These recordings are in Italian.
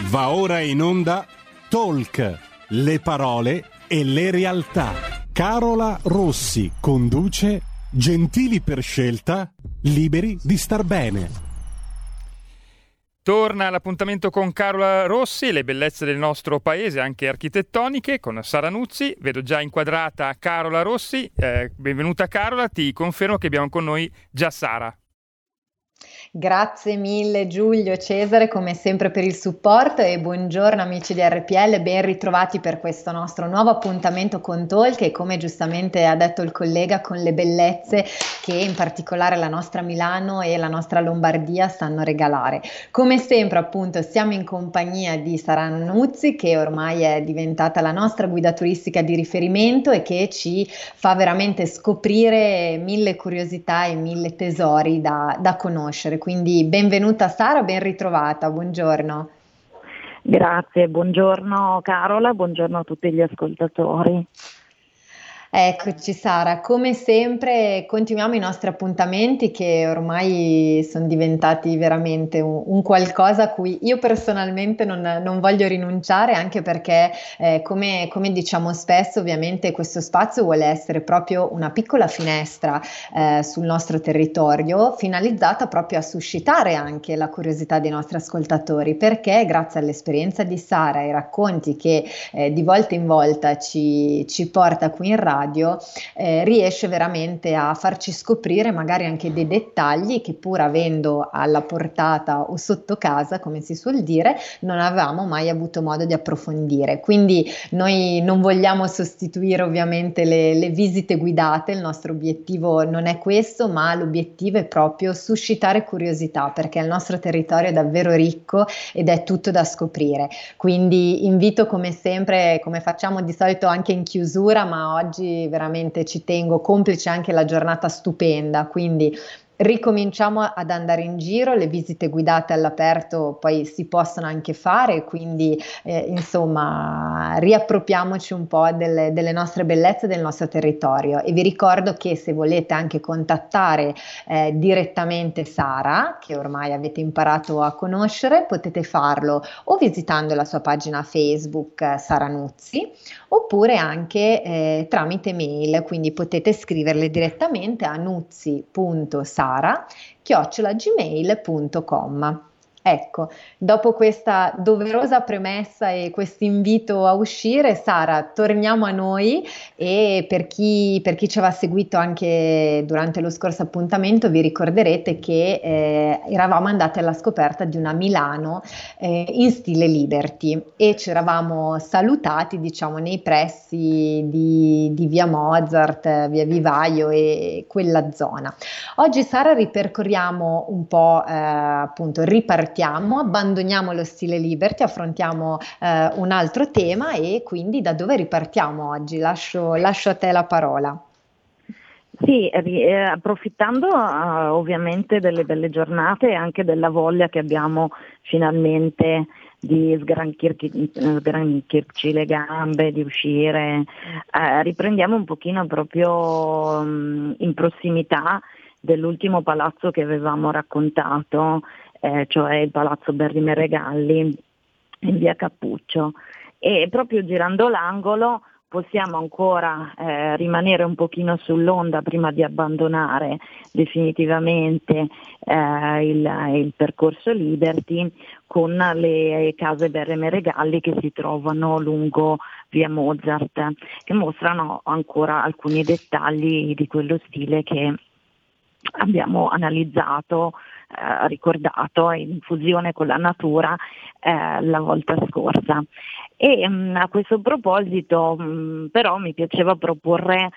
Va ora in onda Talk, le parole e le realtà. Carola Rossi conduce Gentili per scelta, liberi di star bene. Torna l'appuntamento con Carola Rossi, le bellezze del nostro paese, anche architettoniche, con Sara Nuzzi. Vedo già inquadrata Carola Rossi. Benvenuta Carola, ti confermo che abbiamo con noi già Sara. Grazie mille Giulio, Cesare, come sempre per il supporto e buongiorno amici di RPL, ben ritrovati per questo nostro nuovo appuntamento con Talk e come giustamente ha detto il collega con le bellezze che in particolare la nostra Milano e la nostra Lombardia stanno a regalare. Come sempre appunto siamo in compagnia di Sara Nuzzi che ormai è diventata la nostra guida turistica di riferimento e che ci fa veramente scoprire mille curiosità e mille tesori da conoscere. Quindi benvenuta Sara, ben ritrovata, buongiorno. Grazie, buongiorno Carola, buongiorno a tutti gli ascoltatori. Eccoci Sara, come sempre continuiamo i nostri appuntamenti che ormai sono diventati veramente un qualcosa a cui io personalmente non voglio rinunciare, anche perché come diciamo spesso ovviamente questo spazio vuole essere proprio una piccola finestra sul nostro territorio finalizzata proprio a suscitare anche la curiosità dei nostri ascoltatori, perché grazie all'esperienza di Sara e ai racconti che di volta in volta ci porta qui in radio, riesce veramente a farci scoprire magari anche dei dettagli che pur avendo alla portata o sotto casa, come si suol dire, non avevamo mai avuto modo di approfondire. Quindi noi non vogliamo sostituire ovviamente le visite guidate, il nostro obiettivo non è questo, ma l'obiettivo è proprio suscitare curiosità, perché il nostro territorio è davvero ricco ed è tutto da scoprire. Quindi invito come sempre, come facciamo di solito anche in chiusura, ma oggi veramente ci tengo, complice anche la giornata stupenda, quindi ricominciamo ad andare in giro, le visite guidate all'aperto poi si possono anche fare, quindi insomma riappropriamoci un po' delle nostre bellezze del nostro territorio e vi ricordo che se volete anche contattare direttamente Sara, che ormai avete imparato a conoscere, potete farlo o visitando la sua pagina Facebook Sara Nuzzi oppure anche tramite mail, quindi potete scriverle direttamente a nuzzi.sara@gmail.com. Ecco, dopo questa doverosa premessa e questo invito a uscire, Sara, torniamo a noi e per chi ci aveva seguito anche durante lo scorso appuntamento vi ricorderete che eravamo andate alla scoperta di una Milano in stile Liberty e ci eravamo salutati diciamo nei pressi di via Mozart, via Vivaio e quella zona. Oggi Sara ripercorriamo un po' appunto ripartiamo, abbandoniamo lo stile Liberty, affrontiamo un altro tema e quindi da dove ripartiamo oggi? Lascio a te la parola. Sì, approfittando ovviamente delle belle giornate e anche della voglia che abbiamo finalmente di sgranchirci le gambe, di uscire, riprendiamo un pochino proprio in prossimità dell'ultimo palazzo che avevamo raccontato, cioè il Palazzo Berrime Regalli in via Cappuccio, e proprio girando l'angolo possiamo ancora rimanere un pochino sull'onda prima di abbandonare definitivamente il percorso Liberty con le case Berrime Regalli che si trovano lungo via Mozart, che mostrano ancora alcuni dettagli di quello stile che abbiamo analizzato, ricordato in fusione con la natura la volta scorsa. E a questo proposito però mi piaceva proporre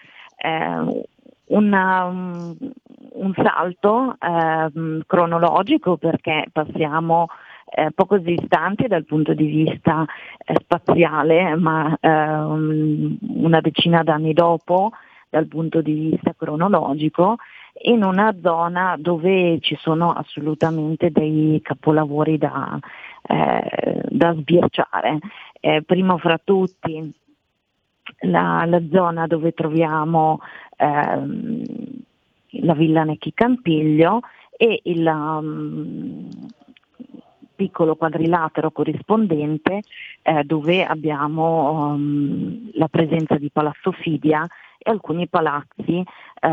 un salto cronologico, perché passiamo poco distanti dal punto di vista spaziale, ma una decina d'anni dopo dal punto di vista cronologico, in una zona dove ci sono assolutamente dei capolavori da sbirciare. Primo fra tutti la zona dove troviamo la Villa Necchi Campiglio e il piccolo quadrilatero corrispondente dove abbiamo la presenza di Palazzo Fidia e alcuni palazzi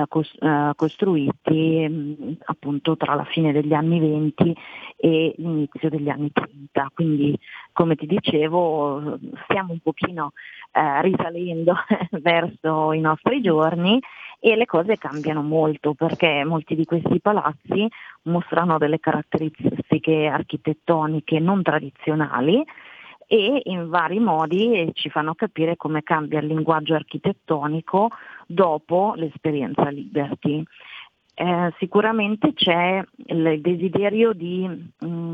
costruiti appunto tra la fine degli anni 20 e l'inizio degli anni 30. Quindi, come ti dicevo, stiamo un pochino risalendo verso i nostri giorni e le cose cambiano molto, perché molti di questi palazzi mostrano delle caratteristiche architettoniche non tradizionali e in vari modi ci fanno capire come cambia il linguaggio architettonico dopo l'esperienza Liberty. Sicuramente c'è il desiderio di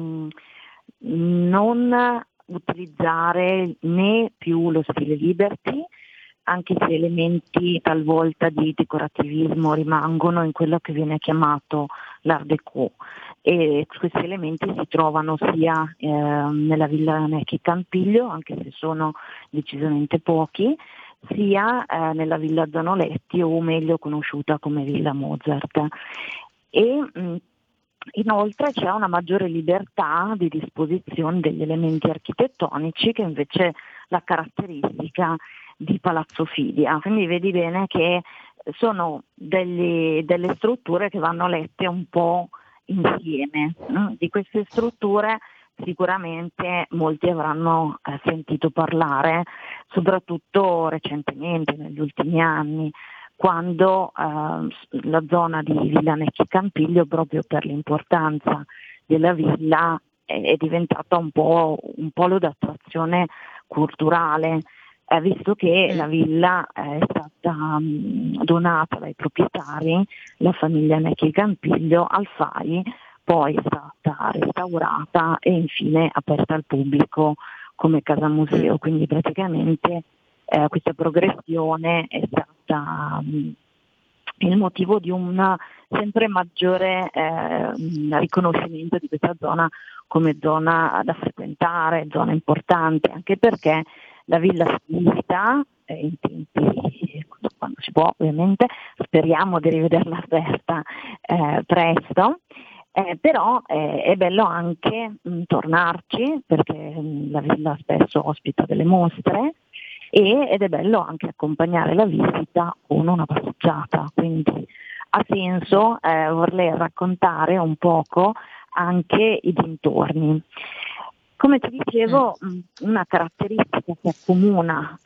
non utilizzare né più lo stile Liberty, anche se elementi talvolta di decorativismo rimangono in quello che viene chiamato l'Art Déco, e questi elementi si trovano sia nella Villa Necchi Campiglio, anche se sono decisamente pochi, sia nella Villa Zanoletti, o meglio conosciuta come Villa Mozart. E inoltre c'è una maggiore libertà di disposizione degli elementi architettonici, che invece è la caratteristica di Palazzo Fidia. Quindi vedi bene che sono delle strutture che vanno lette un po' insieme. Di queste strutture sicuramente molti avranno sentito parlare, soprattutto recentemente, negli ultimi anni, quando la zona di Villa Necchi Campiglio, proprio per l'importanza della villa, è diventata un polo d'attrazione culturale, visto che la villa è stata donata dai proprietari, la famiglia Necchi Campiglio, al FAI, poi è stata restaurata e infine aperta al pubblico come casa museo. Quindi praticamente questa progressione è stata il motivo di un sempre maggiore riconoscimento di questa zona come zona da frequentare, zona importante, anche perché la villa si visita in tempi, quando si può ovviamente, speriamo di rivederla aperta presto. Però è bello anche tornarci, perché la villa spesso ospita delle mostre ed è bello anche accompagnare la visita con una passeggiata, quindi ha senso voler raccontare un poco anche i dintorni. Come ti dicevo, una caratteristica che accomuna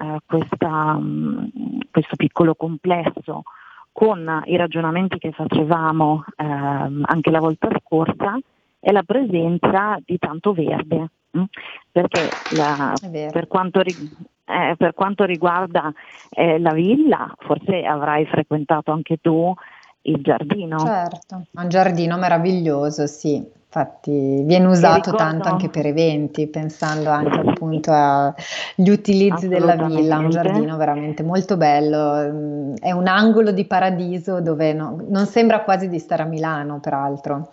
questo piccolo complesso con i ragionamenti che facevamo anche la volta scorsa è la presenza di tanto verde, perché per quanto riguarda la villa, forse avrai frequentato anche tu il giardino. Certo, è un giardino meraviglioso, sì. Infatti viene usato tanto anche per eventi, pensando anche appunto agli utilizzi della villa, un giardino veramente molto bello, è un angolo di paradiso dove non sembra quasi di stare a Milano, peraltro.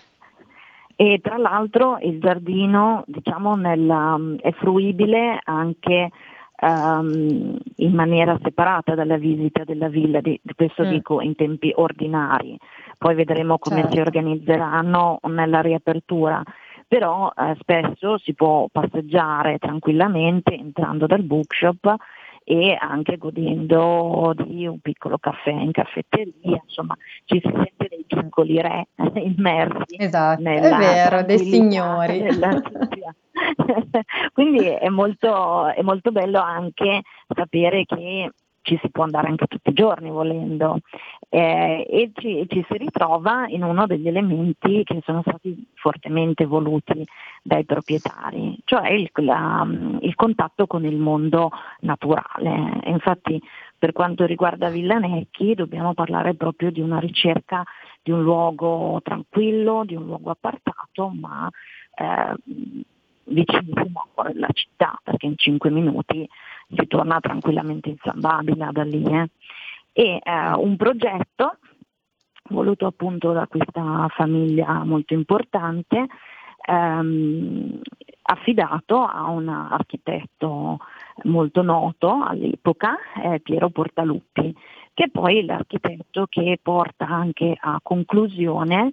E tra l'altro il giardino, diciamo, è fruibile anche in maniera separata dalla visita della villa, di questo dico in tempi ordinari. Poi vedremo come si organizzeranno nella riapertura, però spesso si può passeggiare tranquillamente entrando dal bookshop e anche godendo di un piccolo caffè in caffetteria, insomma ci si sente dei piccoli re immersi nella è vero, dei signori. Quindi è molto bello anche sapere che ci si può andare anche tutti i giorni volendo, e ci si ritrova in uno degli elementi che sono stati fortemente voluti dai proprietari, cioè il contatto con il mondo naturale. E infatti per quanto riguarda Villa Necchi dobbiamo parlare proprio di una ricerca di un luogo tranquillo, di un luogo appartato, ma vicinissimo al cuore della città, perché in 5 minuti si torna tranquillamente in San Babila da lì. E un progetto voluto appunto da questa famiglia molto importante, affidato a un architetto molto noto all'epoca, Piero Portaluppi, che è poi l'architetto che porta anche a conclusione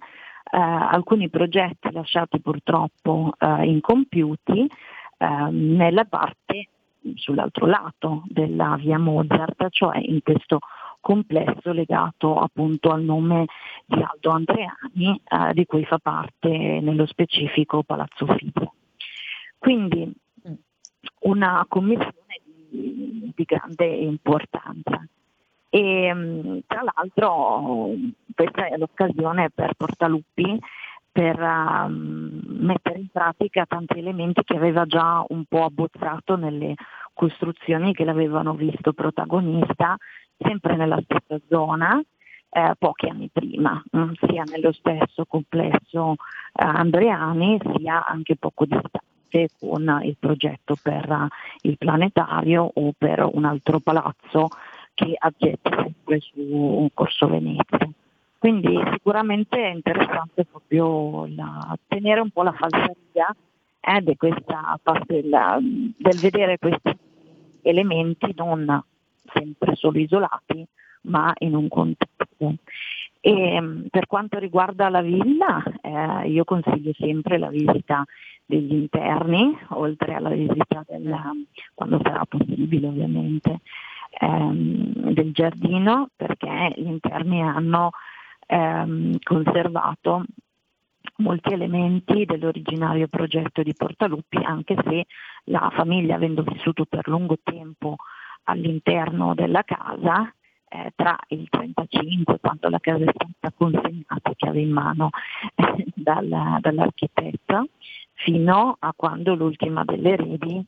alcuni progetti lasciati purtroppo incompiuti nella parte sull'altro lato della via Mozart, cioè in questo complesso legato appunto al nome di Aldo Andreani, di cui fa parte nello specifico Palazzo Fide. Quindi una commissione di grande importanza. E tra l'altro questa è l'occasione per Portaluppi per mettere in pratica tanti elementi che aveva già un po' abbozzato nelle costruzioni che l'avevano visto protagonista, sempre nella stessa zona, pochi anni prima, sia nello stesso complesso Andreani, sia anche poco distante con il progetto per il planetario o per un altro palazzo che aggetta sempre su Corso Venezia. Quindi sicuramente è interessante proprio tenere un po' la falsariga di questa parte del vedere questi elementi non sempre solo isolati, ma in un contesto. E per quanto riguarda la villa, io consiglio sempre la visita degli interni, oltre alla visita quando sarà possibile ovviamente, del giardino, perché gli interni hanno conservato molti elementi dell'originario progetto di Portaluppi, anche se la famiglia, avendo vissuto per lungo tempo all'interno della casa, tra il 1935, quando la casa è stata consegnata chiave in mano dall'architetto, fino a quando l'ultima delle eredi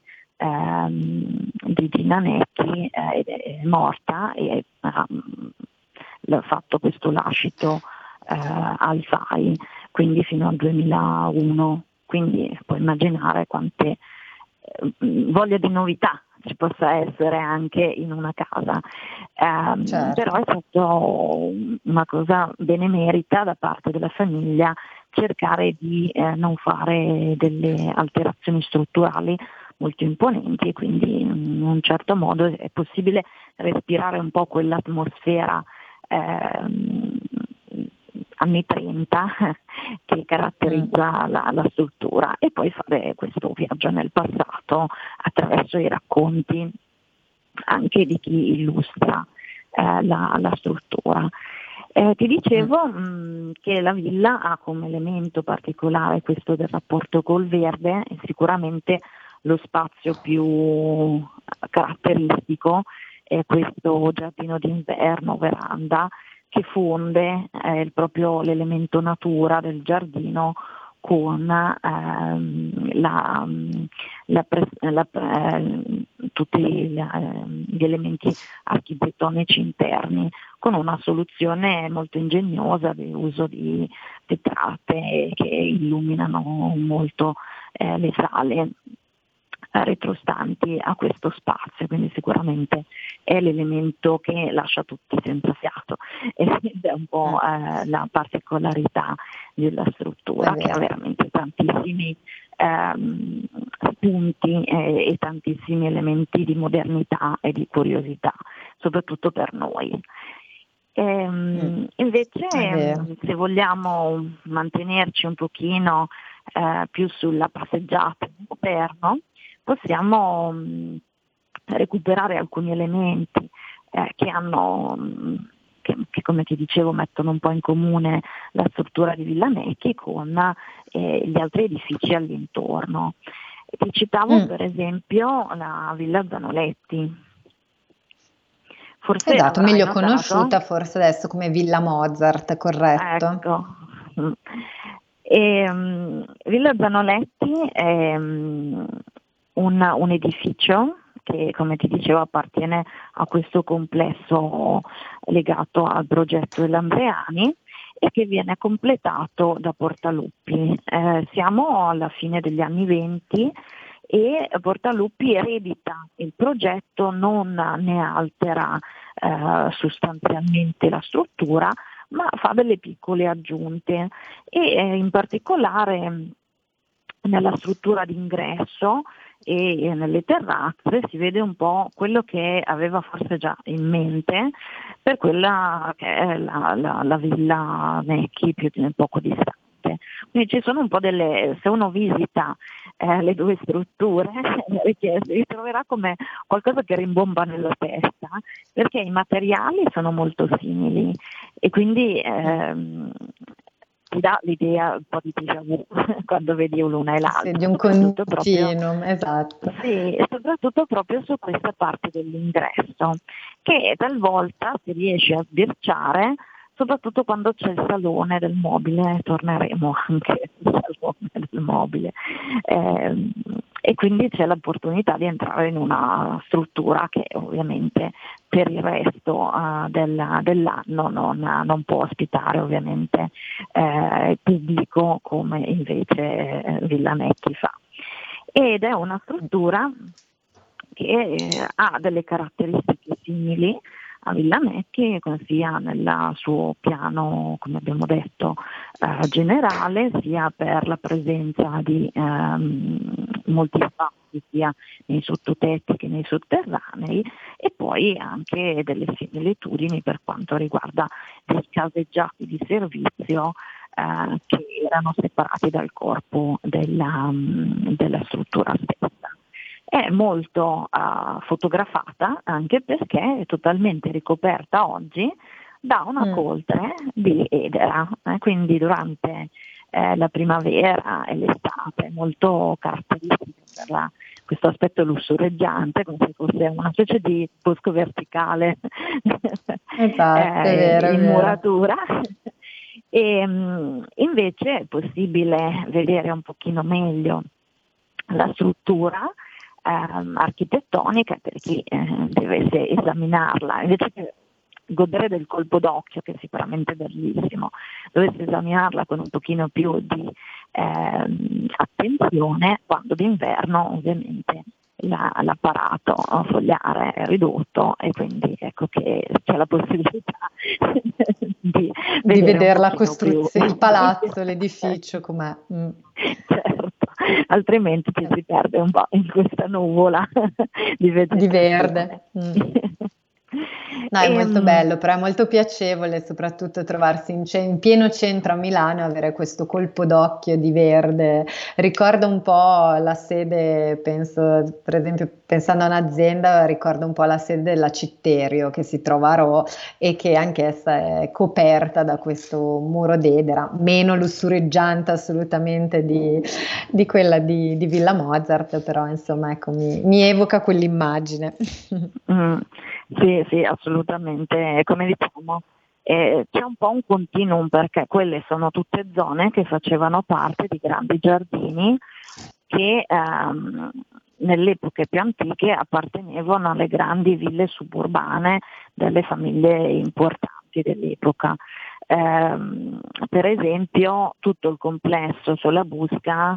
di Gina Necchi è morta e ha fatto questo lascito al FAI, quindi fino al 2001. Quindi puoi immaginare quante voglia di novità ci possa essere anche in una casa, Certo. però è stato una cosa benemerita da parte della famiglia cercare di non fare delle alterazioni strutturali molto imponenti, e quindi in un certo modo è possibile respirare un po' quell'atmosfera anni 30 che caratterizza la struttura, e poi fare questo viaggio nel passato attraverso i racconti anche di chi illustra la struttura. Ti dicevo che la villa ha come elemento particolare questo del rapporto col verde, e sicuramente lo spazio più caratteristico è questo giardino d'inverno, veranda, che fonde proprio l'elemento natura del giardino con tutti gli elementi architettonici interni, con una soluzione molto ingegnosa di uso di vetrate che illuminano molto le sale retrostanti a questo spazio, quindi sicuramente è l'elemento che lascia tutti senza fiato, ed è un po' la particolarità della struttura, che ha veramente tantissimi spunti e tantissimi elementi di modernità e di curiosità, soprattutto per noi. Invece se vogliamo mantenerci un pochino più sulla passeggiata all'interno, possiamo recuperare alcuni elementi che come ti dicevo mettono un po' in comune la struttura di Villa Necchi con gli altri edifici all'intorno. Ti citavo per esempio la Villa Zanoletti. Forse esatto, meglio notato, conosciuta forse adesso come Villa Mozart, corretto? Ecco. Villa Zanoletti è un edificio che, come ti dicevo, appartiene a questo complesso legato al progetto dell'Andreani e che viene completato da Portaluppi. Siamo alla fine degli anni 20 e Portaluppi eredita il progetto, non ne altera sostanzialmente la struttura, ma fa delle piccole aggiunte, e in particolare nella struttura d'ingresso e nelle terrazze si vede un po' quello che aveva forse già in mente per quella che è la Villa Necchi più poco distante. parte. Quindi ci sono un po' se uno visita le due strutture ritroverà come qualcosa che rimbomba nella testa, perché i materiali sono molto simili e quindi ti dà l'idea un po' di déjà vu quando vedi l'una e l'altra. Sì, di un continuum, esatto. Sì, e soprattutto proprio su questa parte dell'ingresso, che talvolta si riesce a sbirciare, soprattutto quando c'è il salone del mobile, torneremo anche al salone del mobile, e quindi c'è l'opportunità di entrare in una struttura che ovviamente per il resto dell'anno non può ospitare ovviamente il pubblico come invece Villa Necchi fa. Ed è una struttura che ha delle caratteristiche simili a Villa Necchi, sia nel suo piano, come abbiamo detto, generale, sia per la presenza di molti spazi, sia nei sottotetti che nei sotterranei, e poi anche delle similitudini per quanto riguarda dei caseggiati di servizio che erano separati dal corpo della struttura stessa. È molto fotografata, anche perché è totalmente ricoperta oggi da una coltre di edera, quindi durante la primavera e l'estate è molto caratteristico per questo aspetto lussureggiante, come se fosse una specie di bosco verticale. Esatto, è vero, in muratura. E invece è possibile vedere un pochino meglio la struttura architettonica per chi dovesse esaminarla, invece che godere del colpo d'occhio, che è sicuramente bellissimo, dovesse esaminarla con un pochino più di attenzione, quando d'inverno ovviamente l'apparato fogliare è ridotto, e quindi ecco che c'è la possibilità di vedere la costruzione, il palazzo, l'edificio com'è. Certo, altrimenti ci si perde un po' in questa nuvola di verde. No, è molto bello, però è molto piacevole soprattutto trovarsi in pieno centro a Milano e avere questo colpo d'occhio di verde. Ricorda un po' la sede, penso, per esempio, pensando a un'azienda, ricorda un po' la sede della Citterio che si trova a Rho e che anch'essa è coperta da questo muro d'edera, meno lussureggiante assolutamente di quella di Villa Mozart, però insomma ecco, mi evoca quell'immagine. Sì, assolutamente, come diciamo c'è un po' un continuum, perché quelle sono tutte zone che facevano parte di grandi giardini che nelle epoche più antiche appartenevano alle grandi ville suburbane delle famiglie importanti dell'epoca. Per esempio tutto il complesso sulla Busca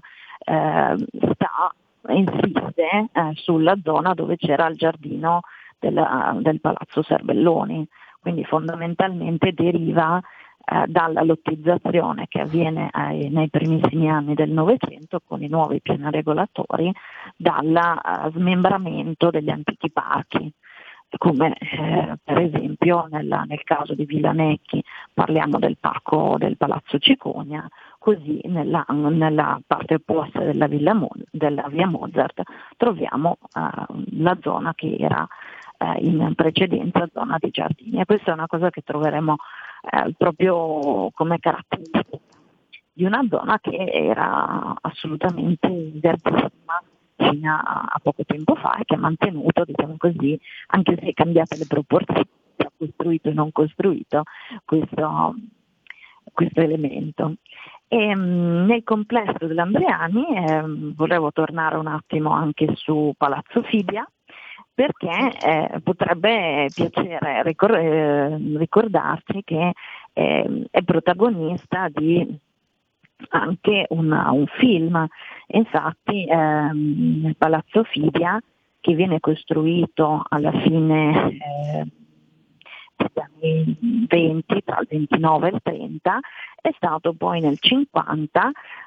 insiste sulla zona dove c'era il giardino del Palazzo Serbelloni, quindi fondamentalmente deriva dalla lottizzazione che avviene nei primissimi anni del Novecento con i nuovi piani regolatori, dal smembramento degli antichi parchi, come per esempio nel caso di Villa Necchi parliamo del parco del Palazzo Ciconia, così nella parte opposta della via Mozart troviamo la zona che era in precedenza zona di giardini, e questa è una cosa che troveremo proprio come caratteristica di una zona che era assolutamente verdissima fino a poco tempo fa e che ha mantenuto, diciamo così, anche se cambiate le proporzioni tra costruito e non costruito, questo elemento. E nel complesso dell'Andreani volevo tornare un attimo anche su Palazzo Fidia, perché potrebbe piacere ricordarci che è protagonista di anche un film. Infatti Palazzo Fidia, che viene costruito alla fine degli anni 20, tra il 29 e il 30, è stato poi nel 50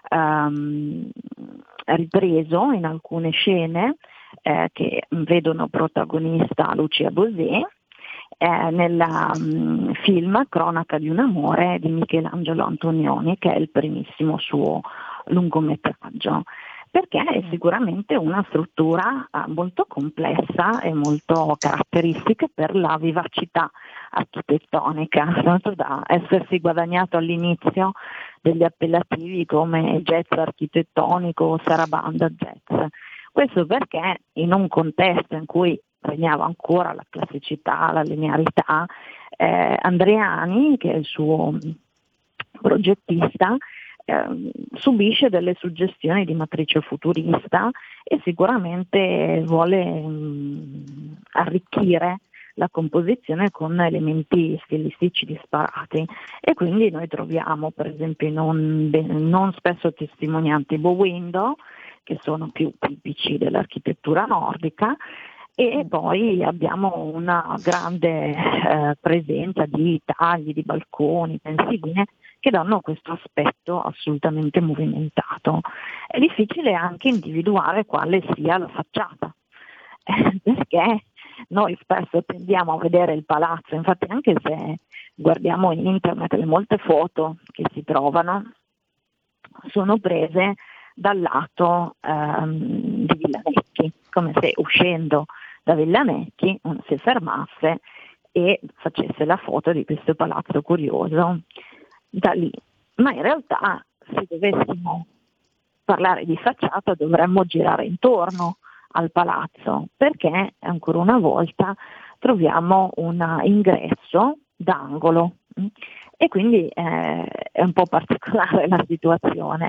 ripreso in alcune scene che vedono protagonista Lucia Bosé, nel film Cronaca di un amore di Michelangelo Antonioni, che è il primissimo suo lungometraggio, perché è sicuramente una struttura molto complessa e molto caratteristica per la vivacità architettonica, tanto da essersi guadagnato all'inizio degli appellativi come jazz architettonico o sarabanda jazz. Questo perché in un contesto in cui regnava ancora la classicità, la linearità, Andreani, che è il suo progettista, subisce delle suggestioni di matrice futurista e sicuramente vuole arricchire la composizione con elementi stilistici disparati, e quindi noi troviamo per esempio non spesso testimonianti bow window, che sono più tipici dell'architettura nordica, e poi abbiamo una grande presenza di tagli, di balconi, pensiline, che danno questo aspetto assolutamente movimentato. È difficile anche individuare quale sia la facciata, perché noi spesso tendiamo a vedere il palazzo, infatti anche se guardiamo in internet le molte foto che si trovano sono prese dal lato di Villanecchi, come se uscendo da Villanecchi uno si fermasse e facesse la foto di questo palazzo curioso da lì. Ma in realtà, se dovessimo parlare di facciata, dovremmo girare intorno al palazzo, perché ancora una volta troviamo un ingresso d'angolo, e quindi è un po' particolare la situazione,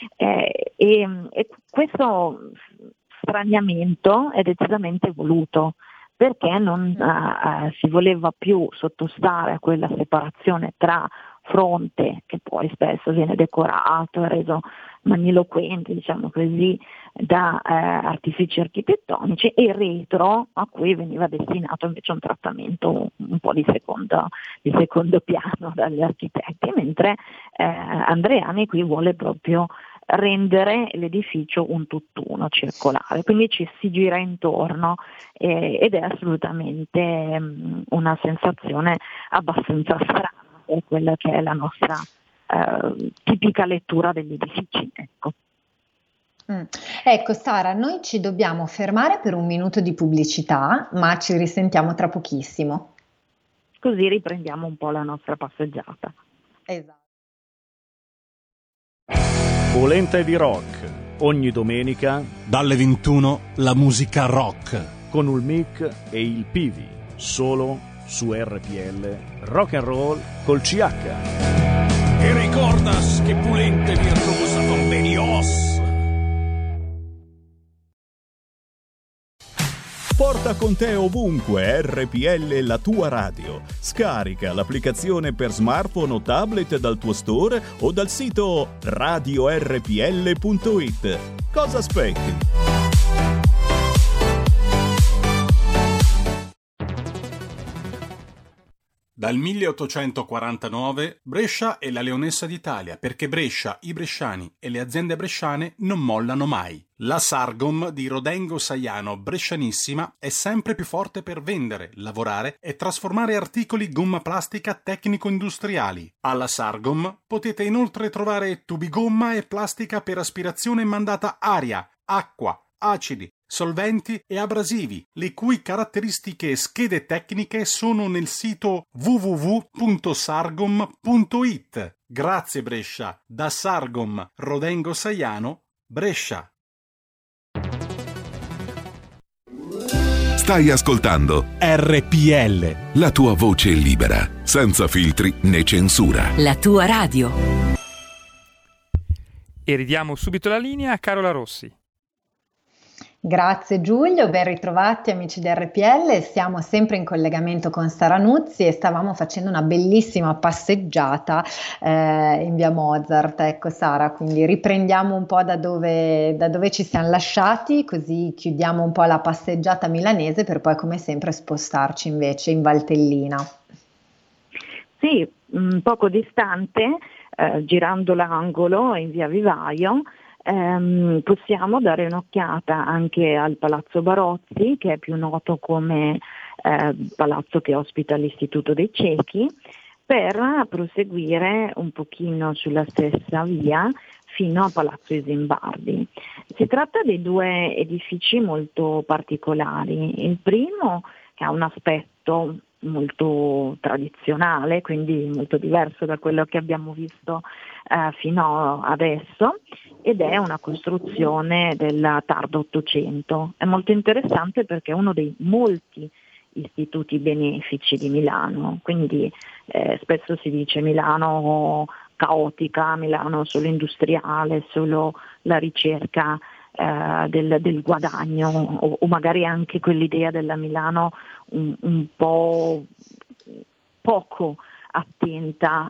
e questo straniamento è decisamente voluto, perché non si voleva più sottostare a quella separazione tra fronte, che poi spesso viene decorato e reso magniloquente, diciamo così, da artifici architettonici, e retro, a cui veniva destinato invece un trattamento un po' di secondo piano dagli architetti, mentre Andreani qui vuole proprio rendere l'edificio un tutt'uno circolare, quindi ci si gira intorno, ed è assolutamente una sensazione abbastanza strana per quella che è la nostra tipica lettura degli edifici. Ecco. Ecco Sara, noi ci dobbiamo fermare per un minuto di pubblicità, ma ci risentiamo tra pochissimo. Così riprendiamo un po' la nostra passeggiata. Esatto. Polenta di rock, ogni domenica Dalle 21 la musica rock. con il mic e il Pivi, solo su RPL Rock and Roll col CH. E ricordas che pulente virtuosa convenios. Porta con te ovunque RPL, la tua radio. Scarica l'applicazione per smartphone o tablet dal tuo store o dal sito radiorpl.it. Cosa aspetti? Dal 1849 Brescia è la leonessa d'Italia, perché Brescia, i bresciani e le aziende bresciane non mollano mai. La Sargom di Rodengo Saiano Brescianissima è sempre più forte per vendere, lavorare e trasformare articoli gomma plastica tecnico-industriali. Alla Sargom potete inoltre trovare tubi gomma e plastica per aspirazione mandata aria, acqua, acidi, solventi e abrasivi, le cui caratteristiche e schede tecniche sono nel sito www.sargom.it. Grazie Brescia, da Sargom Rodengo Saiano, Brescia. Stai ascoltando RPL, la tua voce libera, senza filtri né censura. La tua radio. E ridiamo subito la linea a Carola Rossi. Grazie Giulio, ben ritrovati amici di RPL, siamo sempre in collegamento con Sara Nuzzi e stavamo facendo una bellissima passeggiata in via Mozart, ecco Sara, quindi riprendiamo un po' da dove ci siamo lasciati, così chiudiamo un po' la passeggiata milanese per poi come sempre spostarci invece in Valtellina. Sì, poco distante, girando l'angolo in via Vivaio, possiamo dare un'occhiata anche al Palazzo Barozzi, che è più noto come palazzo che ospita l'Istituto dei Ciechi, per proseguire un pochino sulla stessa via fino a Palazzo Isimbardi. Si tratta di due edifici molto particolari. Il primo, che ha un aspetto molto tradizionale, quindi molto diverso da quello che abbiamo visto fino adesso, ed è una costruzione del tardo Ottocento. È molto interessante perché è uno dei molti istituti benefici di Milano, quindi spesso si dice Milano caotica, Milano solo industriale, solo la ricerca del guadagno, o magari anche quell'idea della Milano un po' poco attenta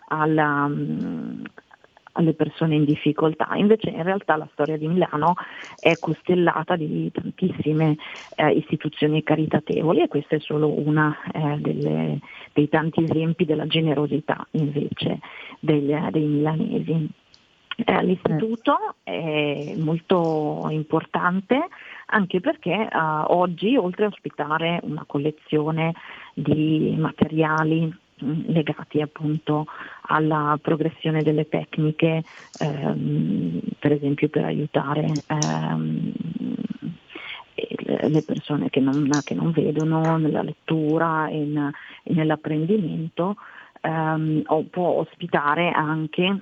alle persone in difficoltà. Invece in realtà la storia di Milano è costellata di tantissime istituzioni caritatevoli, e questa è solo una dei tanti esempi della generosità invece dei milanesi. L'istituto è molto importante anche perché oggi, oltre a ospitare una collezione di materiali legati appunto alla progressione delle tecniche, per esempio per aiutare le persone che non vedono nella lettura e nell'apprendimento, può ospitare anche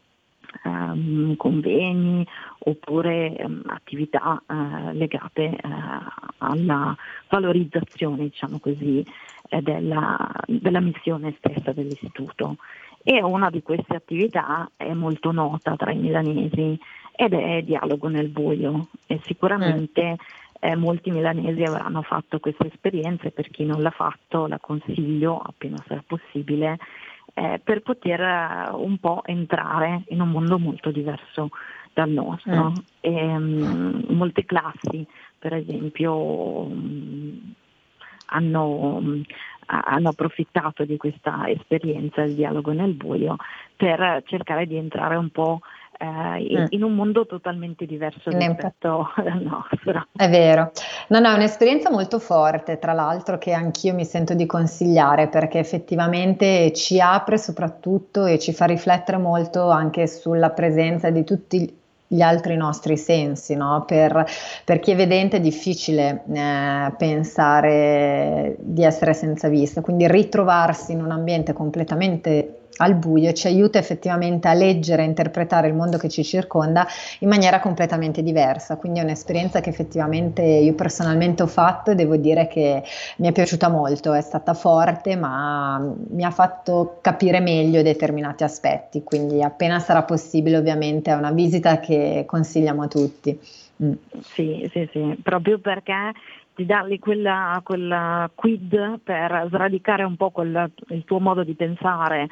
convegni oppure attività legate alla valorizzazione, diciamo così, della missione stessa dell'istituto. E una di queste attività è molto nota tra i milanesi ed è Dialogo nel buio, e sicuramente molti milanesi avranno fatto questa esperienza, e per chi non l'ha fatto la consiglio appena sarà possibile, per poter un po' entrare in un mondo molto diverso dal nostro. Molte classi, per esempio, hanno approfittato di questa esperienza del dialogo nel buio per cercare di entrare un po' in un mondo totalmente diverso rispetto al nostro. È vero. No, è un'esperienza molto forte, tra l'altro, che anch'io mi sento di consigliare, perché effettivamente ci apre soprattutto e ci fa riflettere molto anche sulla presenza di tutti gli altri nostri sensi, no? Per chi è vedente è difficile pensare di essere senza vista, quindi ritrovarsi in un ambiente completamente al buio ci aiuta effettivamente a leggere e interpretare il mondo che ci circonda in maniera completamente diversa. Quindi è un'esperienza che effettivamente io personalmente ho fatto e devo dire che mi è piaciuta molto, è stata forte, ma mi ha fatto capire meglio determinati aspetti, quindi appena sarà possibile ovviamente è una visita che consigliamo a tutti. Sì, proprio perché ti dà quella quid per sradicare un po' il tuo modo di pensare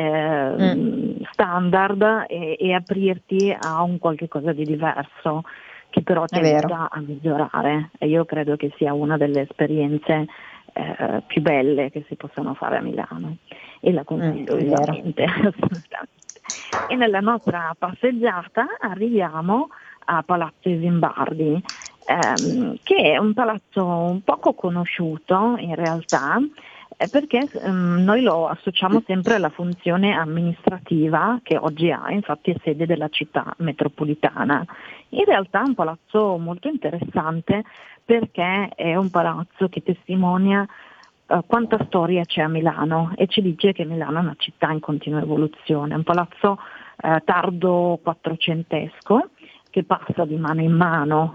standard e aprirti a un qualche cosa di diverso che però ti aiuta a migliorare, e io credo che sia una delle esperienze più belle che si possano fare a Milano, e la consiglio vivamente. E nella nostra passeggiata arriviamo a Palazzo Isimbardi, che è un palazzo un poco conosciuto in realtà, perché noi lo associamo sempre alla funzione amministrativa che oggi ha, infatti è sede della città metropolitana. In realtà è un palazzo molto interessante perché è un palazzo che testimonia quanta storia c'è a Milano, e ci dice che Milano è una città in continua evoluzione. È un palazzo tardo quattrocentesco che passa di mano in mano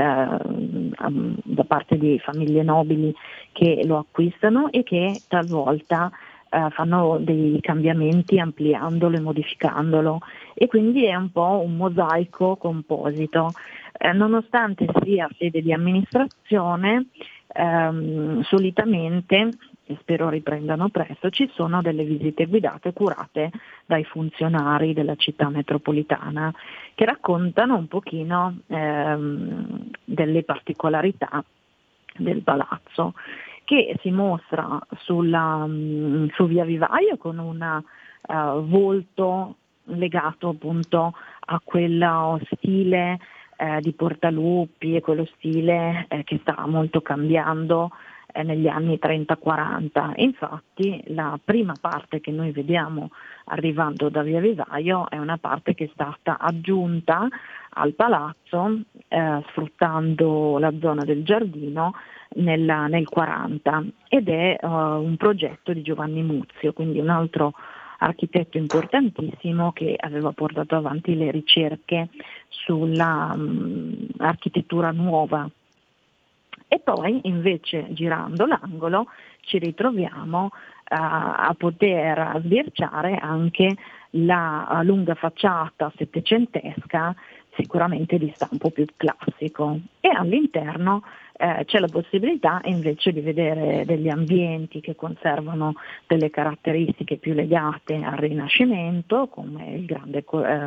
da parte di famiglie nobili che lo acquistano e che talvolta fanno dei cambiamenti ampliandolo e modificandolo, e quindi è un po' un mosaico composito. Nonostante sia sede di amministrazione, solitamente, e spero riprendano presto, ci sono delle visite guidate curate dai funzionari della città metropolitana che raccontano un pochino delle particolarità del palazzo, che si mostra su via Vivaio con un volto legato appunto a quello stile di Portaluppi, e quello stile che sta molto cambiando negli anni 30-40. Infatti la prima parte che noi vediamo arrivando da Via Vivaio è una parte che è stata aggiunta al palazzo sfruttando la zona del giardino nel 40, ed è un progetto di Giovanni Muzio, quindi un altro architetto importantissimo che aveva portato avanti le ricerche sulla architettura nuova. E poi invece, girando l'angolo, ci ritroviamo a poter sbirciare anche la lunga facciata settecentesca, sicuramente di stampo più classico, e all'interno c'è la possibilità invece di vedere degli ambienti che conservano delle caratteristiche più legate al Rinascimento, come il grande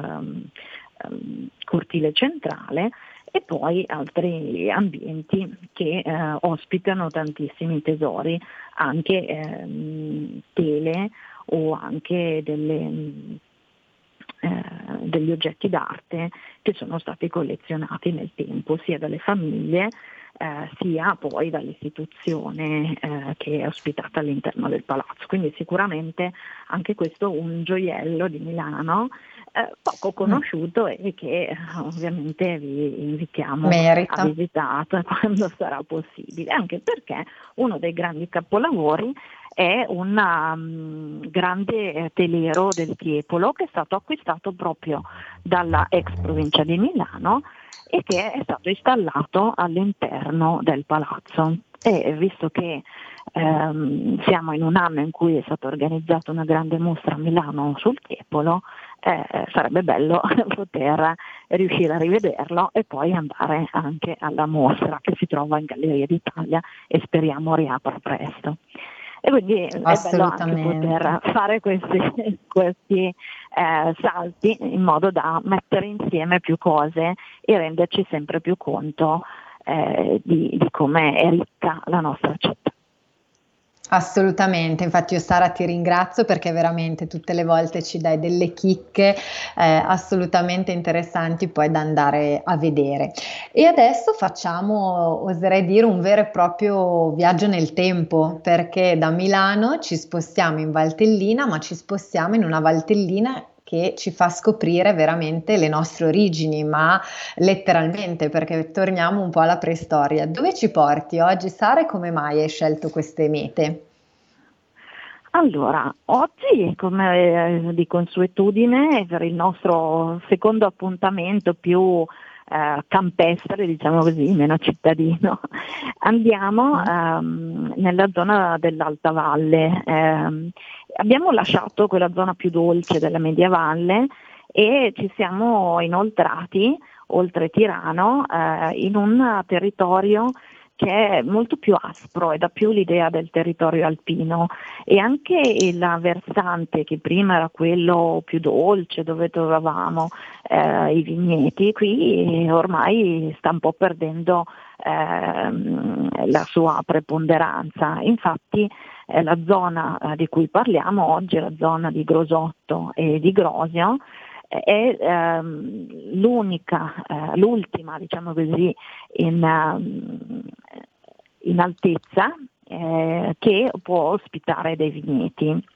cortile centrale, e poi altri ambienti che ospitano tantissimi tesori, anche tele o anche degli oggetti d'arte che sono stati collezionati nel tempo sia dalle famiglie sia poi dall'istituzione che è ospitata all'interno del palazzo. Quindi sicuramente anche questo un gioiello di Milano poco conosciuto e che ovviamente vi invitiamo a visitare quando sarà possibile, anche perché uno dei grandi capolavori è un grande telero del Tiepolo che è stato acquistato proprio dalla ex provincia di Milano e che è stato installato all'interno del palazzo. E visto che siamo in un anno in cui è stata organizzata una grande mostra a Milano sul Tiepolo, sarebbe bello poter riuscire a rivederlo e poi andare anche alla mostra che si trova in Galleria d'Italia e speriamo riapra presto. E quindi è bello anche poter fare questi salti in modo da mettere insieme più cose e renderci sempre più conto di come è ricca la nostra città. Assolutamente, infatti io Sara ti ringrazio perché veramente tutte le volte ci dai delle chicche assolutamente interessanti poi da andare a vedere. E adesso facciamo, oserei dire, un vero e proprio viaggio nel tempo, perché da Milano ci spostiamo in Valtellina, ma ci spostiamo in una Valtellina che ci fa scoprire veramente le nostre origini, ma letteralmente, perché torniamo un po' alla preistoria. Dove ci porti oggi, Sara, e come mai hai scelto queste mete? Allora, oggi, come di consuetudine, per il nostro secondo appuntamento più campestre, diciamo così, meno cittadino, andiamo nella zona dell'Alta Valle. Abbiamo lasciato quella zona più dolce della Media Valle e ci siamo inoltrati, oltre Tirano, in un territorio che è molto più aspro e dà più l'idea del territorio alpino, e anche il versante che prima era quello più dolce dove trovavamo i vigneti, qui ormai sta un po' perdendo la sua preponderanza. Infatti la zona di cui parliamo oggi è la zona di Grosotto e di Grosio, è l'ultima, diciamo così, in altezza che può ospitare dei vigneti.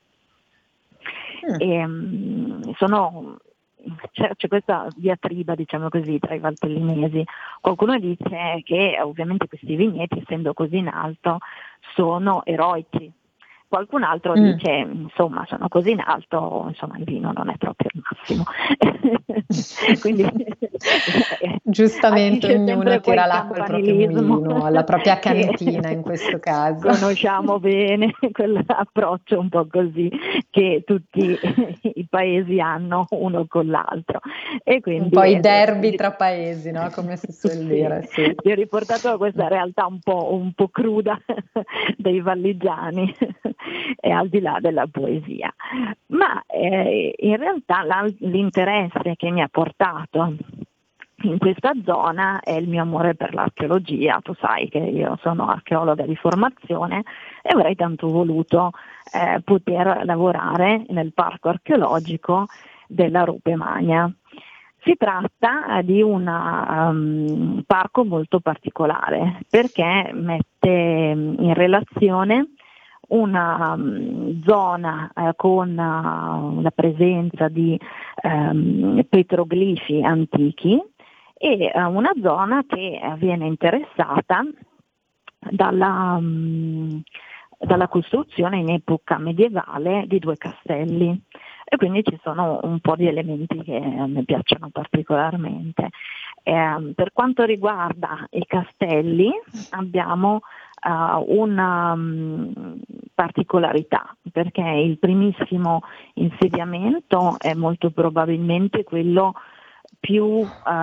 C'è questa diatriba, diciamo così, tra i valtellinesi. Qualcuno dice che ovviamente questi vigneti, essendo così in alto, sono eroici. Qualcun altro dice, insomma, sono così in alto, insomma, il vino non è proprio il massimo. Quindi, giustamente ognuno tira l'acqua al proprio mulino, alla propria cantina in questo caso. Conosciamo bene quell'approccio un po' così che tutti i paesi hanno uno con l'altro. E quindi, un po' i derby tra paesi, no? Come si suol dire. Sì. Vi ho riportato a questa realtà un po' cruda dei valligiani. E al di là della poesia, ma in realtà l'interesse che mi ha portato in questa zona è il mio amore per l'archeologia. Tu sai che io sono archeologa di formazione e avrei tanto voluto poter lavorare nel parco archeologico della Rupe Magna. Si tratta di un parco molto particolare perché mette in relazione una zona con la presenza di petroglifi antichi e una zona che viene interessata dalla costruzione in epoca medievale di 2 castelli. E quindi ci sono un po' di elementi che a me piacciono particolarmente. Per quanto riguarda i castelli abbiamo una particolarità, perché il primissimo insediamento è molto probabilmente quello più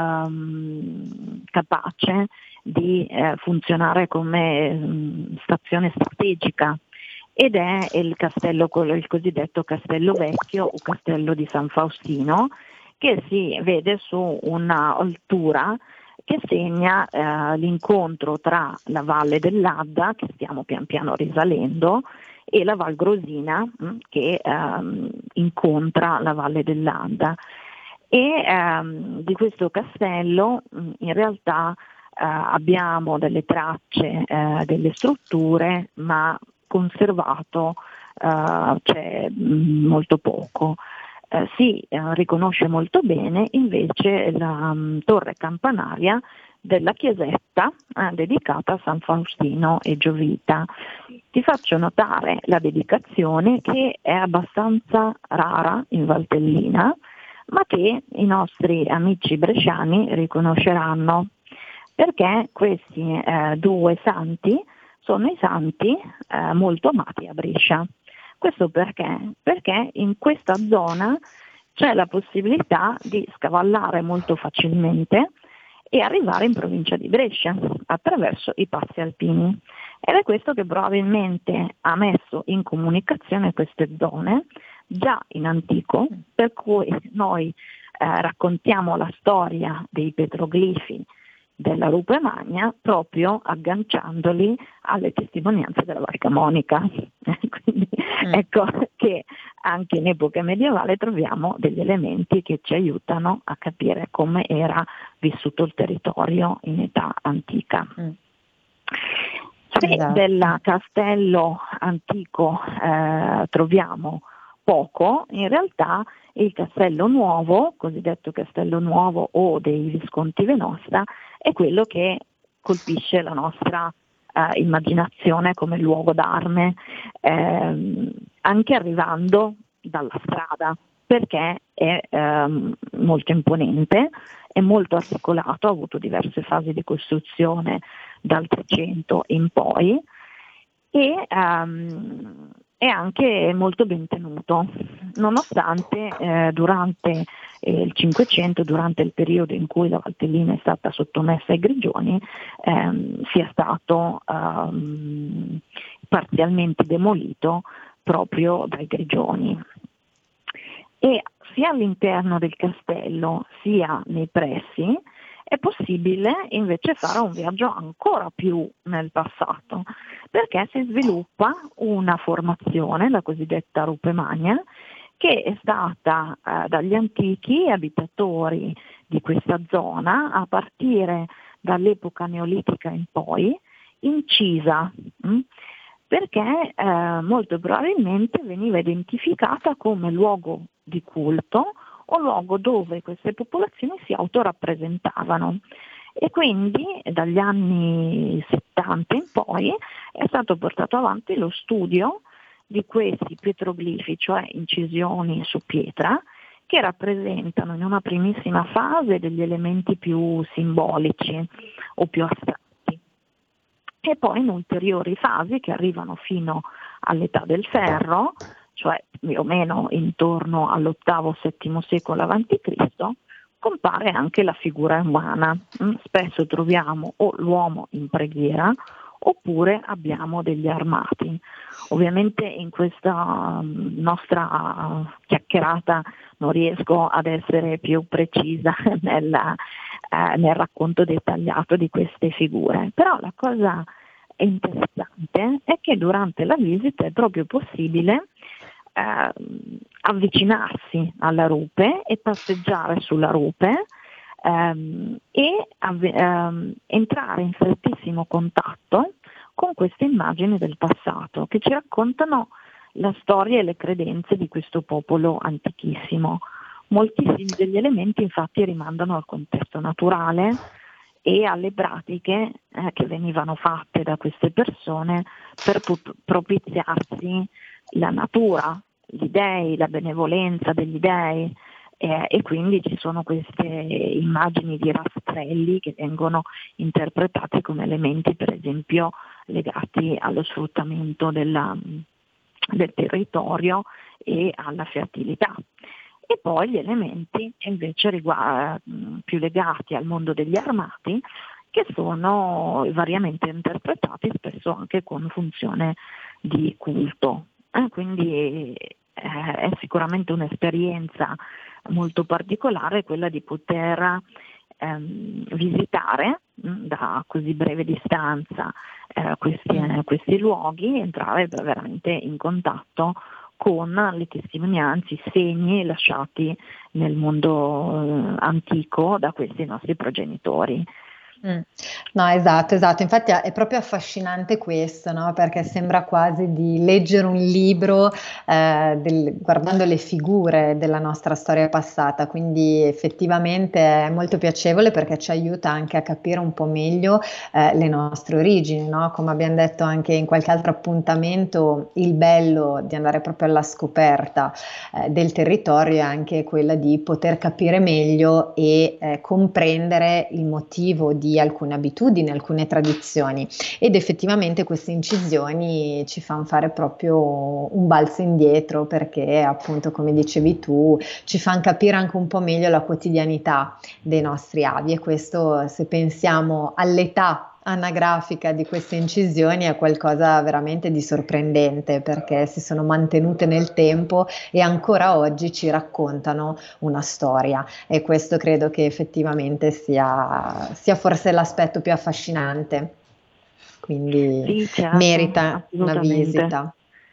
capace di funzionare come stazione strategica, ed è il castello, il cosiddetto Castello Vecchio o Castello di San Faustino, che si vede su un'altura che segna l'incontro tra la Valle dell'Adda, che stiamo pian piano risalendo, e la Val Grosina, che incontra la Valle dell'Adda. E di questo castello in realtà abbiamo delle tracce delle strutture, ma conservato c'è molto poco. Si riconosce molto bene invece la torre campanaria della chiesetta dedicata a San Faustino e Giovita. Ti faccio notare la dedicazione, che è abbastanza rara in Valtellina, ma che i nostri amici bresciani riconosceranno, perché questi 2 santi sono i santi molto amati a Brescia. Questo perché? Perché in questa zona c'è la possibilità di scavallare molto facilmente e arrivare in provincia di Brescia attraverso i passi alpini. Ed è questo che probabilmente ha messo in comunicazione queste zone già in antico, per cui noi raccontiamo la storia dei petroglifi della Rupe Magna proprio agganciandoli alle testimonianze della Val Camonica. Quindi ecco che anche in epoca medievale troviamo degli elementi che ci aiutano a capire come era vissuto il territorio in età antica. Se del castello antico troviamo poco, in realtà il castello nuovo, cosiddetto castello nuovo o dei Visconti Venosta, è quello che colpisce la nostra immaginazione come luogo d'arme, anche arrivando dalla strada, perché è molto imponente, è molto articolato, ha avuto diverse fasi di costruzione dal 300 in poi, e è anche molto ben tenuto, nonostante durante il Cinquecento, durante il periodo in cui la Valtellina è stata sottomessa ai Grigioni, sia stato parzialmente demolito proprio dai Grigioni. E sia all'interno del castello sia nei pressi è possibile invece fare un viaggio ancora più nel passato, perché si sviluppa una formazione, la cosiddetta Rupe Magna, che è stata dagli antichi abitatori di questa zona, a partire dall'epoca neolitica in poi, incisa, perché molto probabilmente veniva identificata come luogo di culto o luogo dove queste popolazioni si autorappresentavano. E quindi dagli anni 70 in poi è stato portato avanti lo studio di questi petroglifi, cioè incisioni su pietra, che rappresentano in una primissima fase degli elementi più simbolici o più astratti, e poi in ulteriori fasi che arrivano fino all'età del ferro, cioè più o meno intorno all'VIII-VII secolo a.C., compare anche la figura umana. Spesso troviamo o l'uomo in preghiera oppure abbiamo degli armati. Ovviamente in questa nostra chiacchierata non riesco ad essere più precisa nel racconto dettagliato di queste figure, però la cosa interessante è che durante la visita è proprio possibile avvicinarsi alla rupe e passeggiare sulla rupe entrare in strettissimo contatto con queste immagini del passato che ci raccontano la storia e le credenze di questo popolo antichissimo. Moltissimi degli elementi infatti rimandano al contesto naturale e alle pratiche che venivano fatte da queste persone per propiziarsi la natura, gli dei, la benevolenza degli dei, e quindi ci sono queste immagini di rastrelli che vengono interpretati come elementi per esempio legati allo sfruttamento del territorio e alla fertilità. E poi gli elementi invece più legati al mondo degli armati, che sono variamente interpretati spesso anche con funzione di culto. Quindi è sicuramente un'esperienza molto particolare quella di poter visitare da così breve distanza questi luoghi, entrare veramente in contatto con le testimonianze, i segni lasciati nel mondo antico da questi nostri progenitori. No, esatto, infatti è proprio affascinante questo, no? Perché sembra quasi di leggere un libro guardando le figure della nostra storia passata, quindi effettivamente è molto piacevole perché ci aiuta anche a capire un po' meglio le nostre origini, no? Come abbiamo detto anche in qualche altro appuntamento, il bello di andare proprio alla scoperta del territorio è anche quella di poter capire meglio e comprendere il motivo di alcune abitudini, alcune tradizioni, ed effettivamente queste incisioni ci fanno fare proprio un balzo indietro perché appunto, come dicevi tu, ci fanno capire anche un po' meglio la quotidianità dei nostri avi, e questo, se pensiamo all'età anagrafica di queste incisioni, è qualcosa veramente di sorprendente perché si sono mantenute nel tempo e ancora oggi ci raccontano una storia, e questo credo che effettivamente sia forse l'aspetto più affascinante, quindi sì, certo, merita una visita.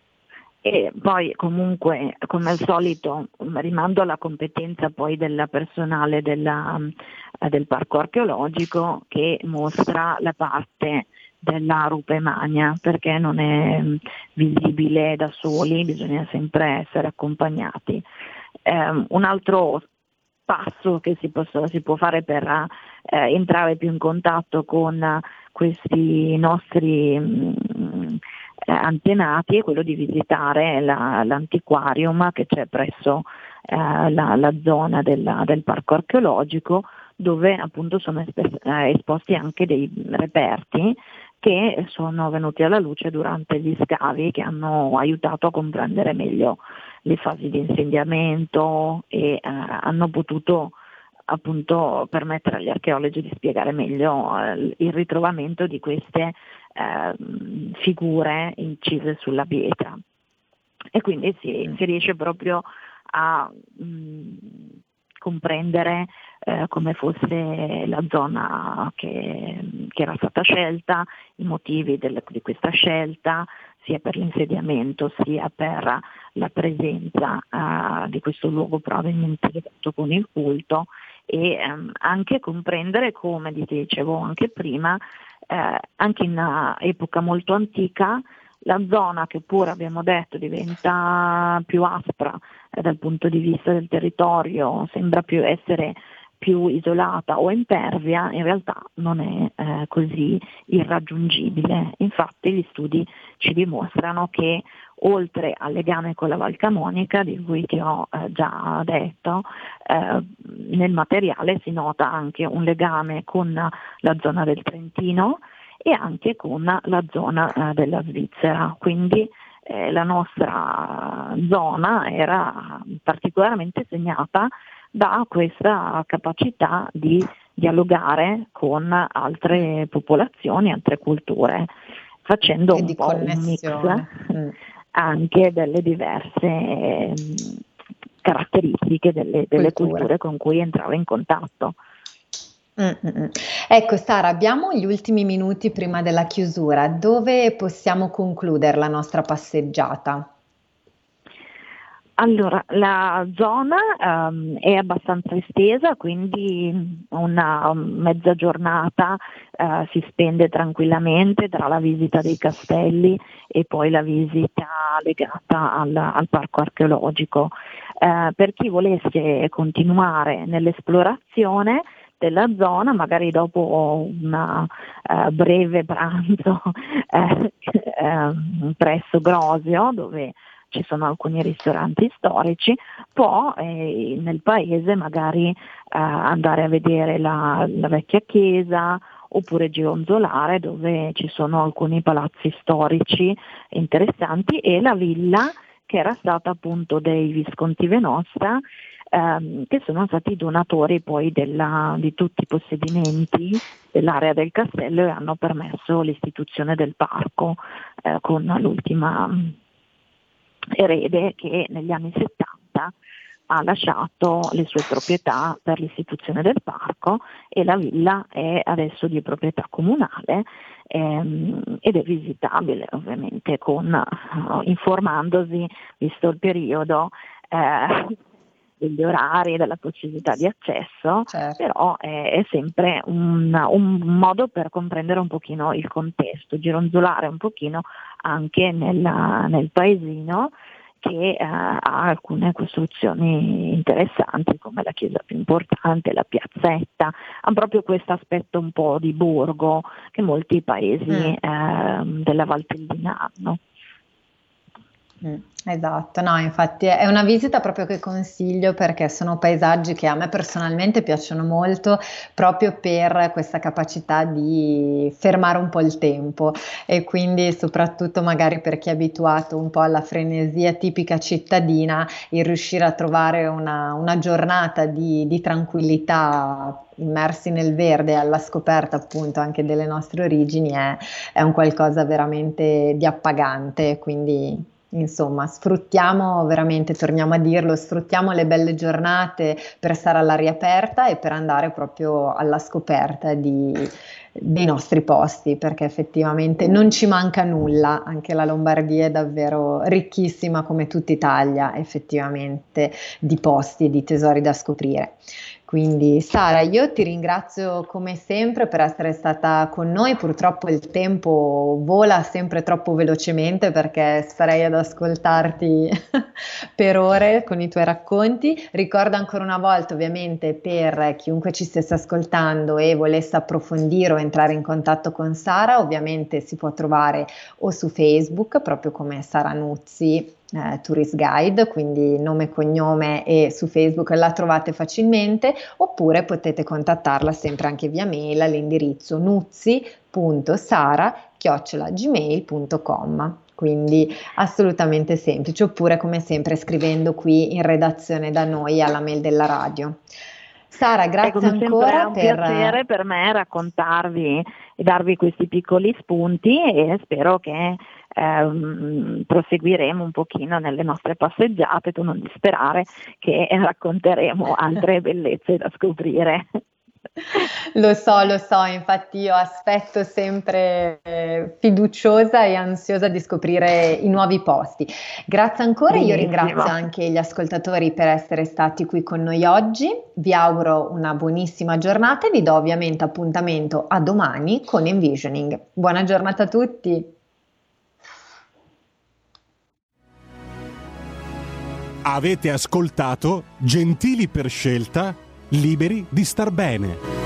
E poi comunque, come al solito, rimando alla competenza poi della personale del parco archeologico, che mostra la parte della rupe magna, perché non è visibile da soli, bisogna sempre essere accompagnati. Un altro passo che si può fare per entrare più in contatto con questi nostri antenati è quello di visitare l'antiquarium che c'è presso la zona del parco archeologico, dove appunto sono esposti anche dei reperti che sono venuti alla luce durante gli scavi, che hanno aiutato a comprendere meglio le fasi di insediamento e hanno potuto appunto permettere agli archeologi di spiegare meglio il ritrovamento di queste figure incise sulla pietra, e quindi si riesce proprio a comprendere come fosse la zona che era stata scelta, i motivi di questa scelta, sia per l'insediamento sia per la presenza di questo luogo probabilmente legato con il culto, e anche comprendere, come dicevo anche prima, anche in epoca molto antica, la zona che pure abbiamo detto diventa più aspra dal punto di vista del territorio, sembra essere più isolata o impervia, in realtà non è così irraggiungibile. Infatti gli studi ci dimostrano che oltre al legame con la Val Camonica, di cui ti ho già detto, nel materiale si nota anche un legame con la zona del Trentino e anche con la zona della Svizzera, quindi la nostra zona era particolarmente segnata da questa capacità di dialogare con altre popolazioni, altre culture, facendo un po' un mix anche delle diverse caratteristiche delle culture con cui entrava in contatto. Ecco Sara, abbiamo gli ultimi minuti prima della chiusura, dove possiamo concludere la nostra passeggiata? Allora, la zona è abbastanza estesa, quindi una mezza giornata si spende tranquillamente tra la visita dei castelli e poi la visita legata al parco archeologico. Per chi volesse continuare nell'esplorazione della zona, magari dopo una breve pranzo presso Grosio, dove ci sono alcuni ristoranti storici, può nel paese magari andare a vedere la vecchia chiesa, oppure gironzolare, dove ci sono alcuni palazzi storici interessanti, e la villa che era stata appunto dei Visconti Venosta, che sono stati donatori poi di tutti i possedimenti dell'area del castello e hanno permesso l'istituzione del parco con l'ultima erede che negli anni 70 ha lasciato le sue proprietà per l'istituzione del parco, e la villa è adesso di proprietà comunale ed è visitabile ovviamente informandosi, visto il periodo, degli orari, della possibilità di accesso, certo. Però è sempre un modo per comprendere un pochino il contesto, gironzolare un pochino anche nel paesino, che ha alcune costruzioni interessanti, come la chiesa più importante, la piazzetta, ha proprio questo aspetto un po' di borgo che molti paesi della Valtellina hanno. Esatto, no, infatti è una visita proprio che consiglio, perché sono paesaggi che a me personalmente piacciono molto, proprio per questa capacità di fermare un po' il tempo, e quindi soprattutto magari per chi è abituato un po' alla frenesia tipica cittadina, il riuscire a trovare una giornata di tranquillità immersi nel verde, alla scoperta appunto anche delle nostre origini, è un qualcosa veramente di appagante. Quindi insomma, sfruttiamo veramente, torniamo a dirlo, sfruttiamo le belle giornate per stare all'aria aperta e per andare proprio alla scoperta dei nostri posti, perché effettivamente non ci manca nulla. Anche la Lombardia è davvero ricchissima, come tutta Italia, effettivamente, di posti e di tesori da scoprire. Quindi Sara, io ti ringrazio come sempre per essere stata con noi. Purtroppo il tempo vola sempre troppo velocemente, perché starei ad ascoltarti per ore con i tuoi racconti. Ricordo ancora una volta, ovviamente, per chiunque ci stesse ascoltando e volesse approfondire o entrare in contatto con Sara, ovviamente si può trovare o su Facebook, proprio come Sara Nuzzi, Tourist Guide, quindi nome e cognome, e su Facebook la trovate facilmente, oppure potete contattarla sempre anche via mail all'indirizzo nuzzi.sara@gmail.com, quindi assolutamente semplice, oppure come sempre scrivendo qui in redazione da noi alla mail della radio. Sara, grazie ancora. È un piacere per me raccontarvi e darvi questi piccoli spunti, e spero che proseguiremo un pochino nelle nostre passeggiate. Tu non disperare che racconteremo altre bellezze da scoprire. Lo so, infatti io aspetto sempre fiduciosa e ansiosa di scoprire i nuovi posti. Grazie ancora, io ringrazio anche gli ascoltatori per essere stati qui con noi oggi, vi auguro una buonissima giornata e vi do ovviamente appuntamento a domani con Envisioning. Buona giornata a tutti! Avete ascoltato Gentili per scelta, liberi di star bene.